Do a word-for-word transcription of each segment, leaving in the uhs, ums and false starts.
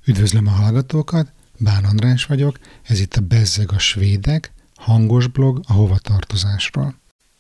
Üdvözlöm a hallgatókat, Bán András vagyok, ez itt a Bezzeg a svédek, hangos blog a hovatartozásról.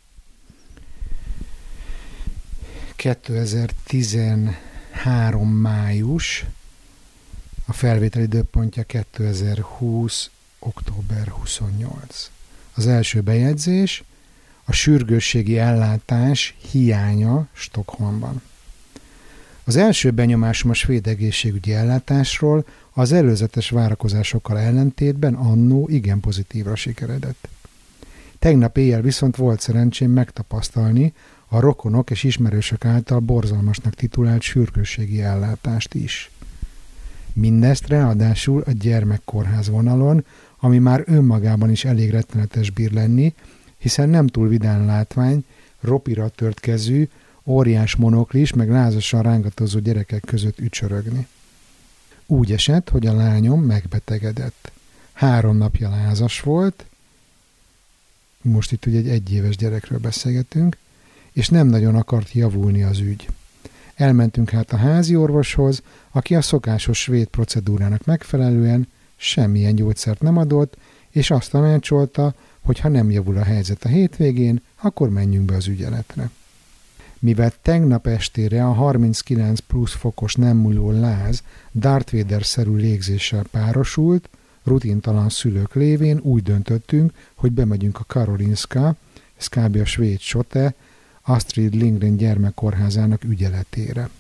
kétezer-tizenhárom május, a felvétel időpontja kétezer-húsz október huszonnyolc. Az első bejegyzés, a sürgősségi ellátás hiánya Stockholmban. Az első benyomásom a svéd egészségügyi ellátásról az előzetes várakozásokkal ellentétben annó igen pozitívra sikeredett. Tegnap éjjel viszont volt szerencsém megtapasztalni a rokonok és ismerősök által borzalmasnak titulált sürgősségi ellátást is. Mindezt ráadásul a gyermekkórház vonalon, ami már önmagában is elég rettenetes bír lenni, hiszen nem túl vidám látvány, ropira tört kezű, óriás monoklis, meg lázasan rángatozó gyerekek között ücsörögni. Úgy esett, hogy a lányom megbetegedett. Három napja lázas volt, most itt ugye egy egyéves gyerekről beszélgetünk, és nem nagyon akart javulni az ügy. Elmentünk hát a házi orvoshoz, aki a szokásos svéd procedúrának megfelelően semmilyen gyógyszert nem adott, és azt tanácsolta, hogy ha nem javul a helyzet a hétvégén, akkor menjünk be az ügyeletre. Mivel tegnap estére a harminckilenc plusz fokos nem múló láz Darth Vader-szerű légzéssel párosult, rutintalan szülők lévén úgy döntöttünk, hogy bemegyünk a Karolinska, ez kb. A svéd Sote, Astrid Lindgren gyermekkórházának ügyeletére.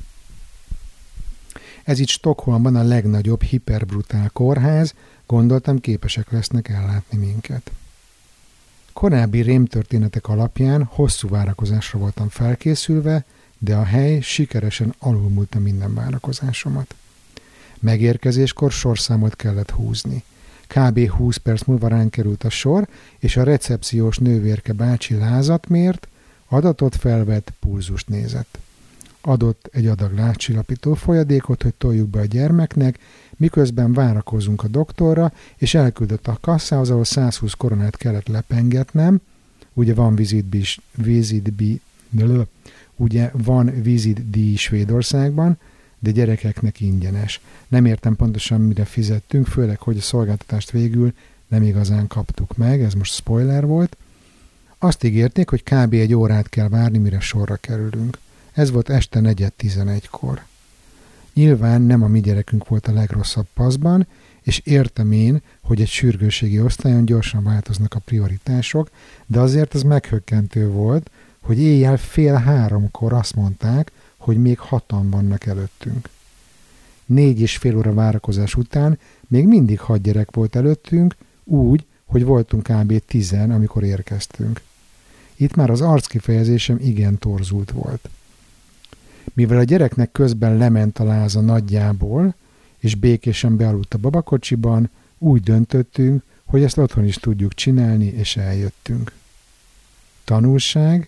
Ez itt Stockholmban a legnagyobb hiperbrutál kórház, gondoltam képesek lesznek ellátni minket. Korábbi rémtörténetek alapján hosszú várakozásra voltam felkészülve, de a hely sikeresen alulmúlta minden várakozásomat. Megérkezéskor sorszámot kellett húzni. Kb. húsz perc múlva ránk került a sor, és a recepciós nővérke bácsi lázat mért, adatot felvett, pulzust nézett. Adott egy adag lázcsillapító folyadékot, hogy toljuk be a gyermeknek, miközben várakozunk a doktorra, és elküldött a kasszához, ahol százhúsz koronát kellett lepengetnem. Ugye van vizitdíj, vizitdíj, ugye van vizitdíj Svédországban, de gyerekeknek ingyenes. Nem értem pontosan, mire fizettünk, főleg, hogy a szolgáltatást végül nem igazán kaptuk meg, ez most spoiler volt. Azt ígérték, hogy kb. Egy órát kell várni, mire sorra kerülünk. Ez volt este negyed tizenegykor. Nyilván nem a mi gyerekünk volt a legrosszabb paszban, és értem én, hogy egy sürgősségi osztályon gyorsan változnak a prioritások, de azért az meghökkentő volt, hogy éjjel fél háromkor azt mondták, hogy még hatan vannak előttünk. Négy és fél óra várakozás után még mindig hat gyerek volt előttünk, úgy, hogy voltunk kb. Tizen, amikor érkeztünk. Itt már az arckifejezésem igen torzult volt. Mivel a gyereknek közben lement a láza nagyjából, és békésen bealudt a babakocsiban, úgy döntöttünk, hogy ezt otthon is tudjuk csinálni, és eljöttünk. Tanulság?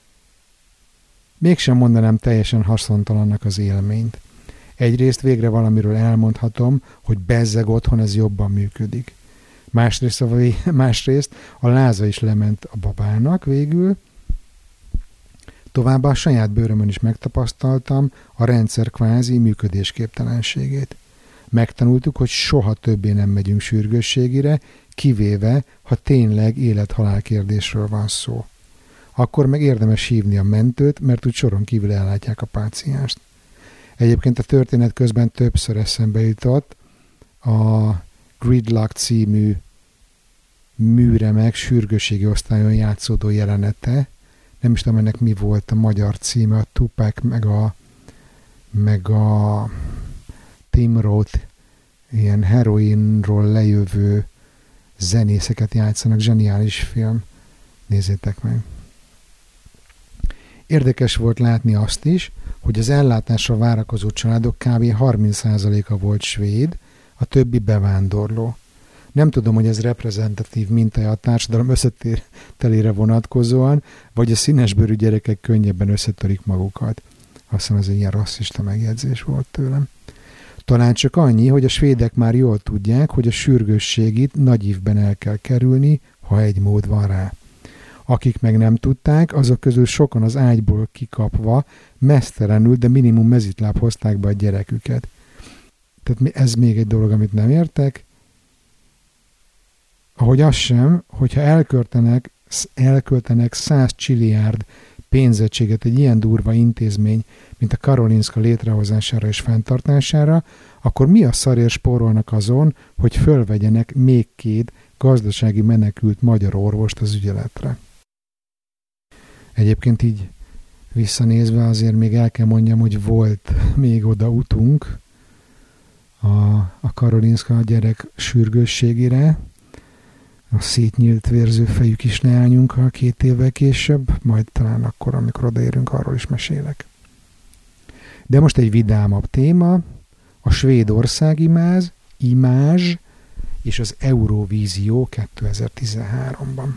Mégsem mondanám teljesen haszontalannak az élményt. Egyrészt végre valamiről elmondhatom, hogy bezzeg otthon ez jobban működik. Másrészt a, másrészt a láza is lement a babának végül. Továbbá a saját bőrömön is megtapasztaltam a rendszer kvázi működésképtelenségét. Megtanultuk, hogy soha többé nem megyünk sürgősségire, kivéve, ha tényleg élet-halál kérdésről van szó. Akkor meg érdemes hívni a mentőt, mert úgy soron kívül ellátják a pácienst. Egyébként a történet közben többször eszembe jutott a Gridlock című műremek sürgősségi osztályon játszódó jelenete. Nem is tudom, ennek mi volt a magyar címe, a Tupac meg a, meg a Tim Roth ilyen heroinról lejövő zenészeket játszanak. Zseniális film. Nézzétek meg. Érdekes volt látni azt is, hogy az ellátásra várakozó családok kb. harminc százaléka volt svéd, a többi bevándorló. Nem tudom, hogy ez reprezentatív mintája a társadalom összetételére vonatkozóan, vagy a színesbőrű gyerekek könnyebben összetörik magukat. Azt hiszem, ez egy ilyen rasszista megjegyzés volt tőlem. Talán csak annyi, hogy a svédek már jól tudják, hogy a sürgősségit nagy ívben el kell kerülni, ha egy mód van rá. Akik meg nem tudták, azok közül sokan az ágyból kikapva, mesztelenül, de minimum mezitláb hozták be a gyereküket. Tehát ez még egy dolog, amit nem értek. Ahogy az sem, hogyha elköltenek, elköltenek száz csilliárd pénzegységet egy ilyen durva intézmény, mint a Karolinska létrehozására és fenntartására, akkor mi a szarért spórolnak azon, hogy fölvegyenek még két gazdasági menekült magyar orvost az ügyeletre. Egyébként így visszanézve azért még el kell mondjam, hogy volt még oda utunk a, a Karolinska gyerek sürgősségére, a szétnyílt vérző fejű kis leányunkkal két évvel később, majd talán akkor, amikor odaérünk, arról is mesélek. De most egy vidámabb téma, a Svédország imáz, imázs és az Eurovízió kétezer-tizenháromban.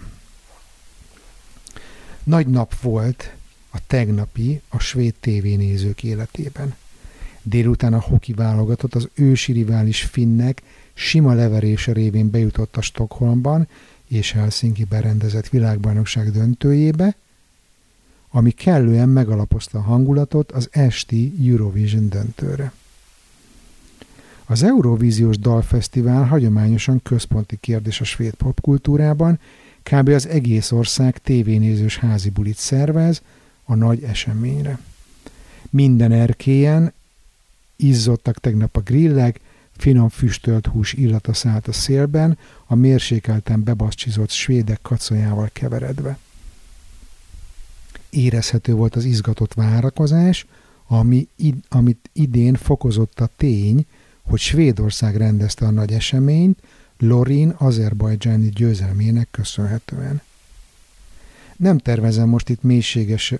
Nagy nap volt a tegnapi a svéd tévénézők életében. Délután a hoki válogatott az ősi rivális finnek sima leverése révén bejutott a Stockholmban és Helsinkiben rendezett világbajnokság döntőjébe, ami kellően megalapozta a hangulatot az esti Eurovision döntőre. Az Eurovíziós Dalfesztivál hagyományosan központi kérdés a svéd popkultúrában, kb. Az egész ország tévénézős házi bulit szervez a nagy eseményre. Minden erkélyen izzottak tegnap a grillek, finom füstölt hús illata szállt a szélben, a mérsékelten bebaszcsizott svédek kacajával keveredve. Érezhető volt az izgatott várakozás, ami, amit idén fokozott a tény, hogy Svédország rendezte a nagy eseményt, Lorin azerbajdzsáni győzelmének köszönhetően. Nem tervezem most itt mélységes...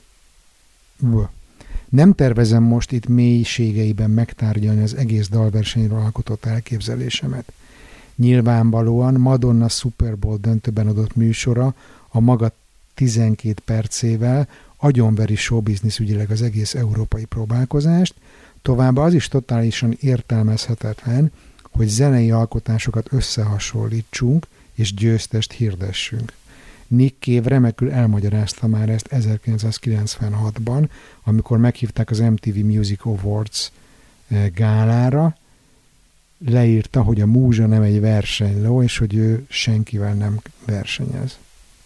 Nem tervezem most itt mélységeiben megtárgyalni az egész dalversenyről alkotott elképzelésemet. Nyilvánvalóan Madonna Super Bowl döntőben adott műsora a maga tizenkét percével agyonveri showbiznisz ügyileg az egész európai próbálkozást, továbbá az is totálisan értelmezhetetlen, hogy zenei alkotásokat összehasonlítsunk és győztest hirdessünk. Nick Cave remekül elmagyarázta már ezt ezerkilencszázkilencvenhatban, amikor meghívták az em té vé Music Awards gálára, leírta, hogy a múzsa nem egy versenyló, és hogy ő senkivel nem versenyez.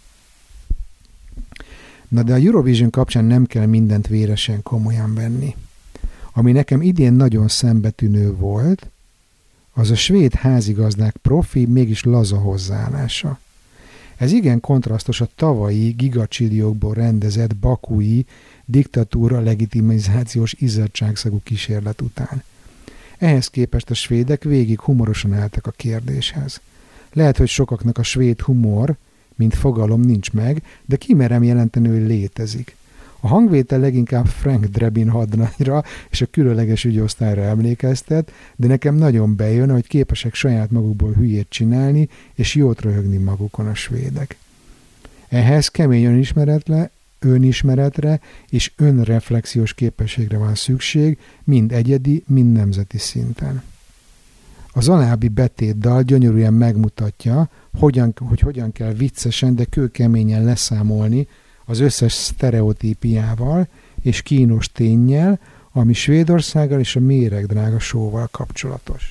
Na de a Eurovision kapcsán nem kell mindent véresen komolyan venni. Ami nekem idén nagyon szembetűnő volt, az a svéd házigazdák profi, mégis laza hozzáállása. Ez igen kontrasztos a tavalyi gigacsilliókból rendezett bakui diktatúra legitimizációs izzadságszagú kísérlet után. Ehhez képest a svédek végig humorosan álltak a kérdéshez. Lehet, hogy sokaknak a svéd humor, mint fogalom nincs meg, de kimerem jelenteni, hogy létezik. A hangvétel leginkább Frank Drebin hadnagyra és a különleges ügyosztályra emlékeztet, de nekem nagyon bejön, hogy képesek saját magukból hülyét csinálni, és jót röhögni magukon a svédek. Ehhez kemény önismeretre, önismeretre és önreflexiós képességre van szükség, mind egyedi, mind nemzeti szinten. Az alábbi betétdal gyönyörűen megmutatja, hogyan, hogy hogyan kell viccesen, de kőkeményen leszámolni az összes sztereotípiával és kínos ténnyel, ami Svédországgal és a méregdrága sóval kapcsolatos.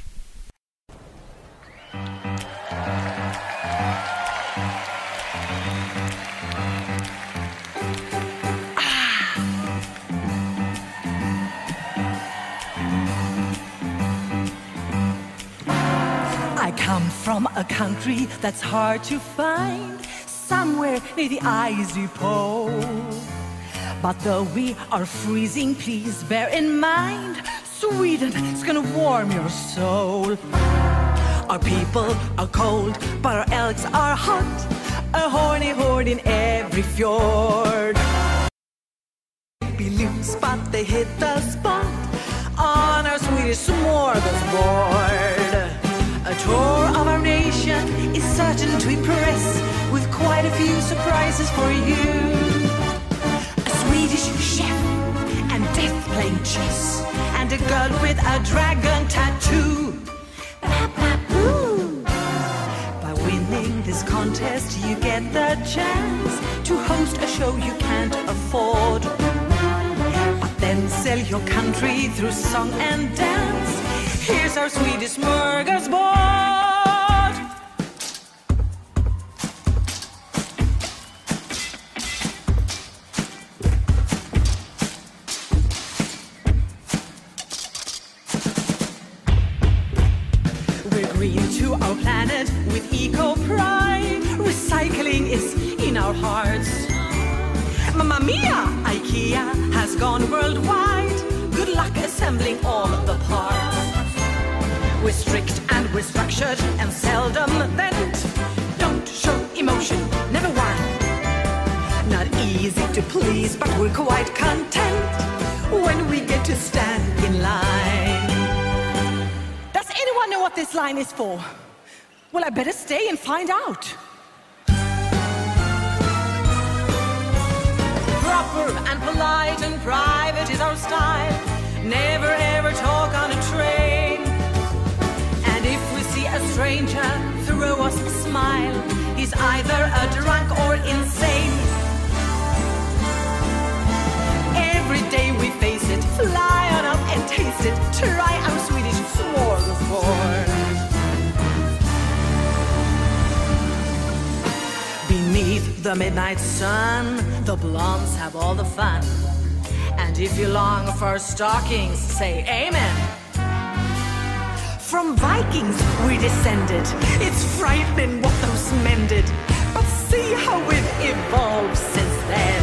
I come from a country that's hard to find, somewhere near the icy pole. But though we are freezing, please bear in mind, Sweden is gonna warm your soul. Our people are cold, but our elks are hot, a horny horde in every fjord. Be loose, but they hit the spot on our Swedish smorgasbord. A tour of our nation is certain to impress, with quite a few surprises for you. A Swedish chef and death playing chess, and a girl with a dragon tattoo. Ba-ba-boo. By winning this contest you get the chance to host a show you can't afford. But then sell your country through song and dance. Here's our Swedish smorgasbord. We're green to our planet with eco-pride. Recycling is in our hearts. Mamma mia! IKEA has gone worldwide. Good luck assembling all of the parts. We're strict and we're structured and seldom bent. Don't show emotion, never whine. Not easy to please, but we're quite content when we get to stand in line. Does anyone know what this line is for? Well, I better stay and find out. Proper and polite and private is our style. Never ever talk on a train. And if we see a stranger, throw us a smile. He's either a drunk or insane. Every day we face it, fly on up and taste it. Try our Swedish smorgasbord. Beneath the midnight sun, the blondes have all the fun. And if you long for stockings, say amen. From Vikings we descended. It's frightening what those men did. But see how we've evolved since then.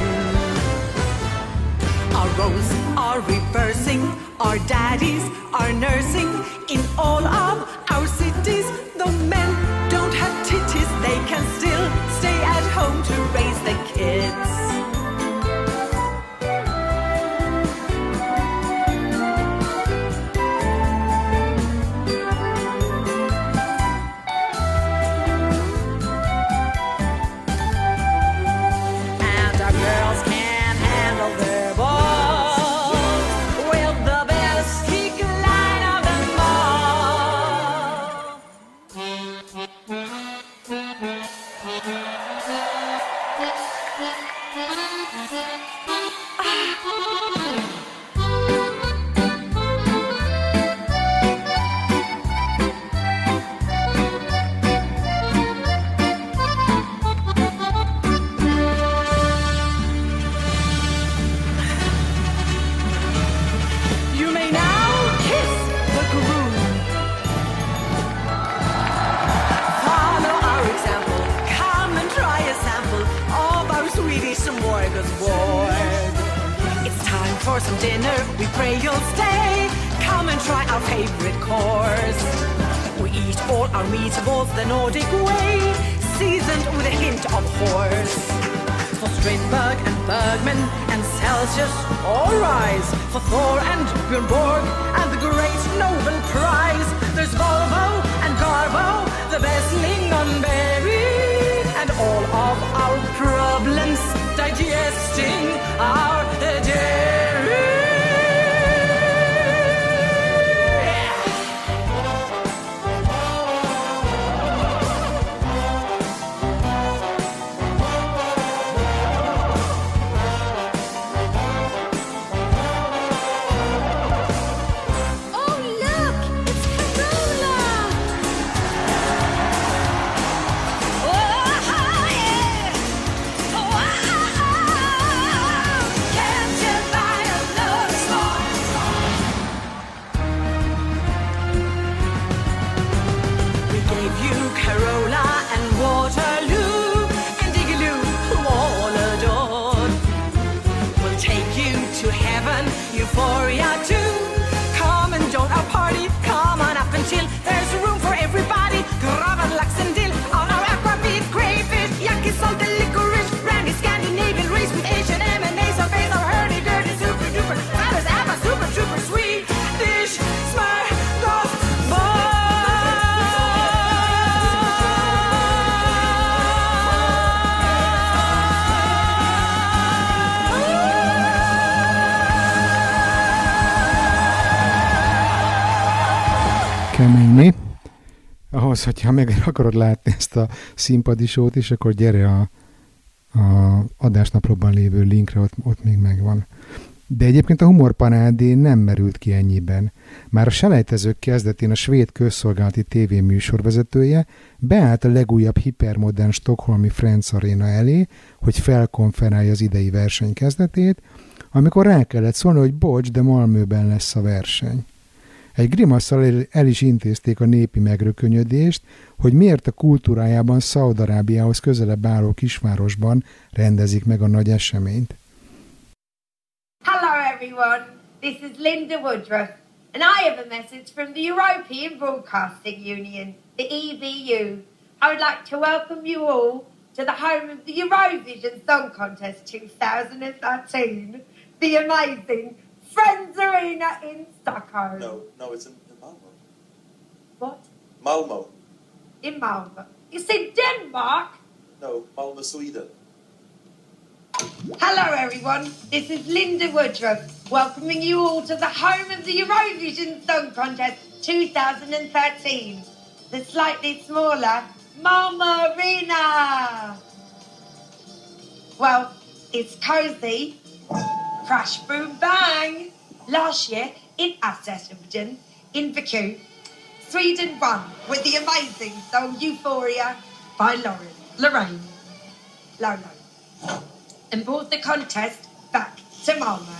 Our roles are reversing. Our daddies are nursing. In all of our cities, the men don't have titties. They can still stay at home to raise the kids. For some dinner, we pray you'll stay. Come and try our favorite course. We eat all our meatables the Nordic way, seasoned with a hint of horse. For Strindberg and Bergman and Celsius, all rise. For Thor and Björn Borg and the great Nobel Prize. There's Volvo and Garbo, the best lingonberry, and all of our problems digesting our dairy. Euphoria too. Come and join our party. Come on up and chill. There's room for everybody. Gravan, lax and dill. On our aquavit, crayfish, yucky, salted licorice, brandy, Scandinavian race with Asian M and A. So face our hurdy-gurdy, super duper, Alice, Abba, super super sweet dish, smorgasbord. Keményni. Ahhoz, hogyha meg akarod látni ezt a színpadi sót is, akkor gyere a, a adásnaplóban lévő linkre, ott, ott még megvan. De egyébként a humorparádé nem merült ki ennyiben. Már a selejtezők kezdetén a svéd közszolgálati tévéműsor vezetője beállt a legújabb hipermodern stockholmi Friends Arena elé, hogy felkonferálja az idei verseny kezdetét, amikor rá kellett szólni, hogy bocs, de Malmöben lesz a verseny. Egy grimasszal el is intézték a népi megrökönyödést, hogy miért a kultúrájában Szaúd-Arábiához közelebb álló kisvárosban rendezik meg a nagy eseményt. Hello everyone, this is Linda Woodruff, and I have a message from the European Broadcasting Union, the E B U. I would like to welcome you all to the home of the Eurovision Song Contest twenty thirteen, the amazing Friends Arena in Stockholm. No, no, it's in, in Malmö. What? Malmö. In Malmö. You said Denmark? No, Malmö, Sweden. Hello everyone, this is Linda Woodruff, welcoming you all to the home of the Eurovision Song Contest twenty thirteen, the slightly smaller Malmö Arena. Well, it's cozy. Crash, boom, bang! Last year, in Azerbaijan, in Baku, Sweden won with the amazing song Euphoria by Lauren, Lorraine Lolo, and brought the contest back to Malmö.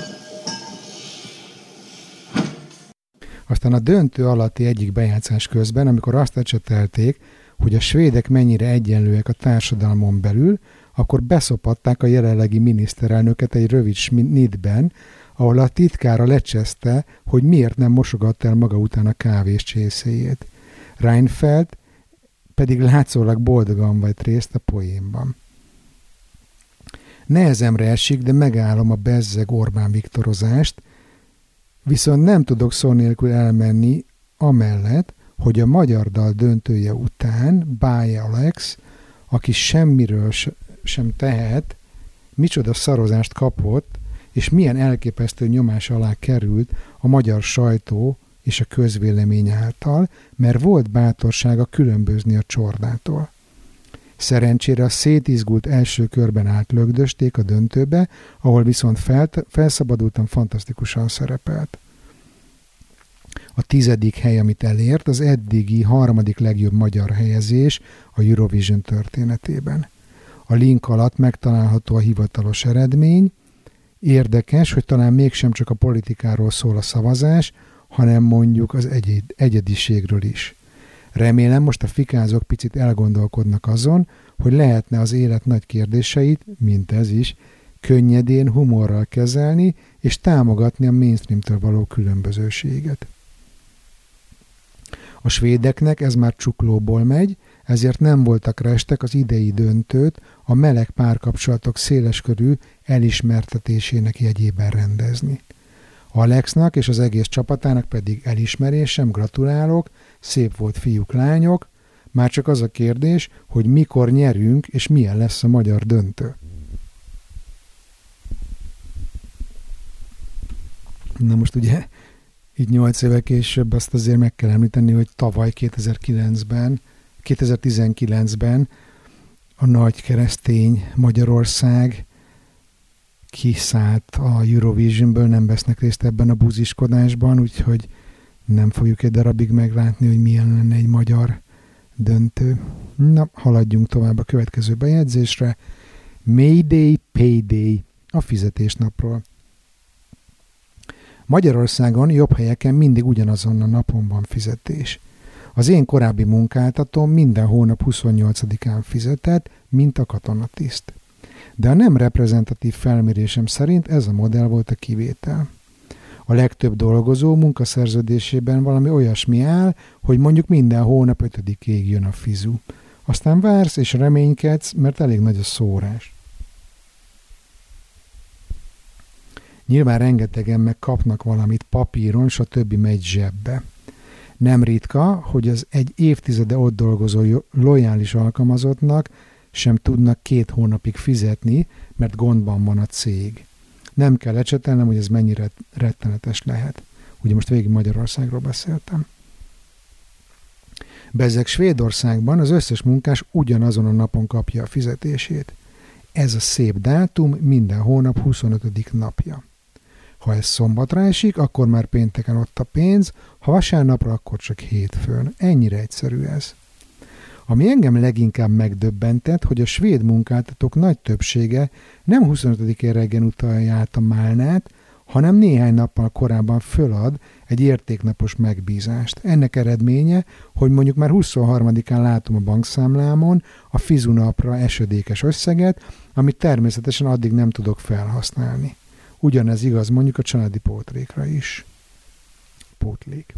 Aztán a döntő alatti egyik bejátszás közben, amikor azt ecsetelték, hogy a svédek mennyire egyenlőek a társadalmon belül, akkor beszopatták a jelenlegi miniszterelnöket egy rövid snitben, ahol a titkára lecseszte, hogy miért nem mosogatta el maga után a kávés csészéjét. Reinfeldt pedig látszólag boldogan vett részt a poénban. Nehezemre esik, de megállom a bezzeg Orbán Viktorozást, viszont nem tudok szó nélkül elmenni amellett, hogy a magyar dal döntője után Báj Alex, aki semmiről sem tehet, micsoda szarozást kapott, és milyen elképesztő nyomás alá került a magyar sajtó és a közvélemény által, mert volt bátorsága különbözni a csordától. Szerencsére a szétizgult első körben átlögdösték a döntőbe, ahol viszont fel, felszabadultan fantasztikusan szerepelt. A tizedik hely, amit elért, az eddigi harmadik legjobb magyar helyezés a Eurovision történetében. A link alatt megtalálható a hivatalos eredmény. Érdekes, hogy talán mégsem csak a politikáról szól a szavazás, hanem mondjuk az egyed, egyediségről is. Remélem, most a fikázók picit elgondolkodnak azon, hogy lehetne az élet nagy kérdéseit, mint ez is, könnyedén, humorral kezelni, és támogatni a mainstreamtől való különbözőséget. A svédeknek ez már csuklóból megy, ezért nem voltak restek az idei döntőt a meleg párkapcsolatok széleskörű elismertetésének jegyében rendezni. Alexnak és az egész csapatának pedig elismerésem, gratulálok, szép volt fiúk, lányok, már csak az a kérdés, hogy mikor nyerünk és milyen lesz a magyar döntő. Na most ugye így nyolc évvel később azt azért meg kell említeni, hogy tavaly kétezer-kilencben, kétezer-tizenkilencben a nagy keresztény Magyarország kiszállt a Eurovisionből, nem vesznek részt ebben a búziskodásban, úgyhogy nem fogjuk egy darabig meglátni, hogy milyen lenne egy magyar döntő. Na, haladjunk tovább a következő bejegyzésre. Mayday, Payday a fizetésnapról. Magyarországon jobb helyeken mindig ugyanazon a napon van fizetés. Az én korábbi munkáltatóm minden hónap huszonnyolcadikán fizetett, mint a katonatiszt. De a nem reprezentatív felmérésem szerint ez a modell volt a kivétel. A legtöbb dolgozó munkaszerződésében valami olyasmi áll, hogy mondjuk minden hónap ötödikéig jön a fizu. Aztán vársz és reménykedsz, mert elég nagy a szórás. Nyilván rengetegen meg kapnak valamit papíron, stb. Megy zsebbe. Nem ritka, hogy az egy évtizede ott dolgozó lojális alkalmazottnak sem tudnak két hónapig fizetni, mert gondban van a cég. Nem kell lecsetelnem, hogy ez mennyire rettenetes lehet. Ugye most végig Magyarországról beszéltem. Bezzeg Svédországban az összes munkás ugyanazon a napon kapja a fizetését. Ez a szép dátum minden hónap huszonötödik napja. Ha ez szombatra esik, akkor már pénteken ott a pénz, ha vasárnapra, akkor csak hétfőn. Ennyire egyszerű ez. Ami engem leginkább megdöbbentett, hogy a svéd munkáltatók nagy többsége nem huszonötödikén reggel utalja át a málnát, hanem néhány nappal korábban fölad egy értéknapos megbízást. Ennek eredménye, hogy mondjuk már huszonharmadikán látom a bankszámlámon a fizunapra esedékes összeget, amit természetesen addig nem tudok felhasználni. Ugyanez igaz mondjuk a családi pótlékra is. Pótlék.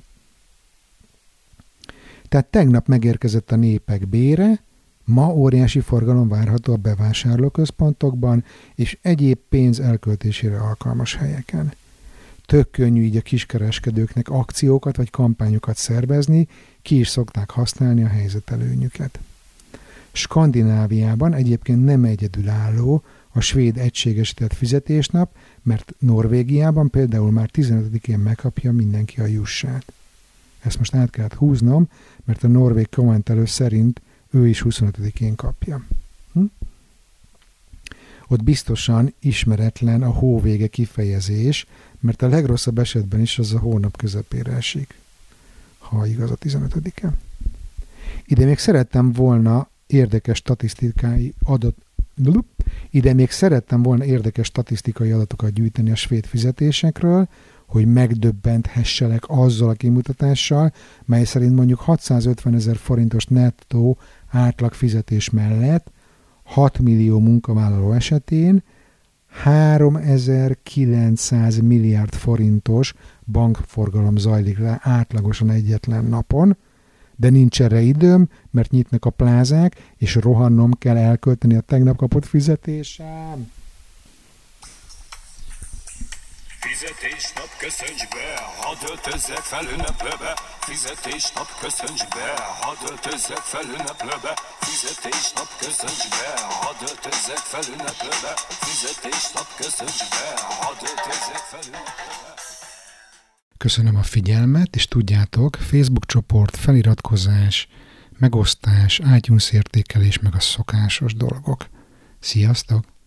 Tehát tegnap megérkezett a népek bére, ma óriási forgalom várható a bevásárlóközpontokban és egyéb pénz elköltésére alkalmas helyeken. Tök könnyű így a kiskereskedőknek akciókat vagy kampányokat szervezni, ki is szokták használni a helyzetelőnyüket. Skandináviában egyébként nem egyedülálló a svéd egységesített fizetésnap, mert Norvégiában például már tizenötödikén megkapja mindenki a jussát. Ezt most át kellett húznom, mert a norvég kommentelő szerint ő is huszonötödikén kapja. Hm? Ott biztosan ismeretlen a hóvége kifejezés, mert a legrosszabb esetben is az a hónap közepére esik, ha igaz a tizenötödike. Ide még szerettem volna érdekes statisztikai adat Ide még szerettem volna érdekes statisztikai adatokat gyűjteni a svéd fizetésekről, hogy megdöbbenthesselek azzal a kimutatással, mely szerint mondjuk hatszázötvenezer forintos nettó átlag fizetés mellett hat millió munkavállaló esetén háromezer-kilencszáz milliárd forintos bankforgalom zajlik le átlagosan egyetlen napon, de nincs erre időm, mert nyitnak a plázák, és rohannom kell elkölteni a tegnap kapott fizetésem. Fizetésnap köszönts be, hadd öltözzek fel ünneplőbe. Fizetésnap köszönts be, hadd öltözzek fel ünneplőbe. Fizetésnap köszönts be, hadd öltözzek fel ünneplőbe. Fizetésnap köszönts be, hadd öltözzek fel ünneplőbe. Köszönöm a figyelmet, és tudjátok, Facebook csoport, feliratkozás, megosztás, iTunes értékelés, meg a szokásos dolgok. Sziasztok!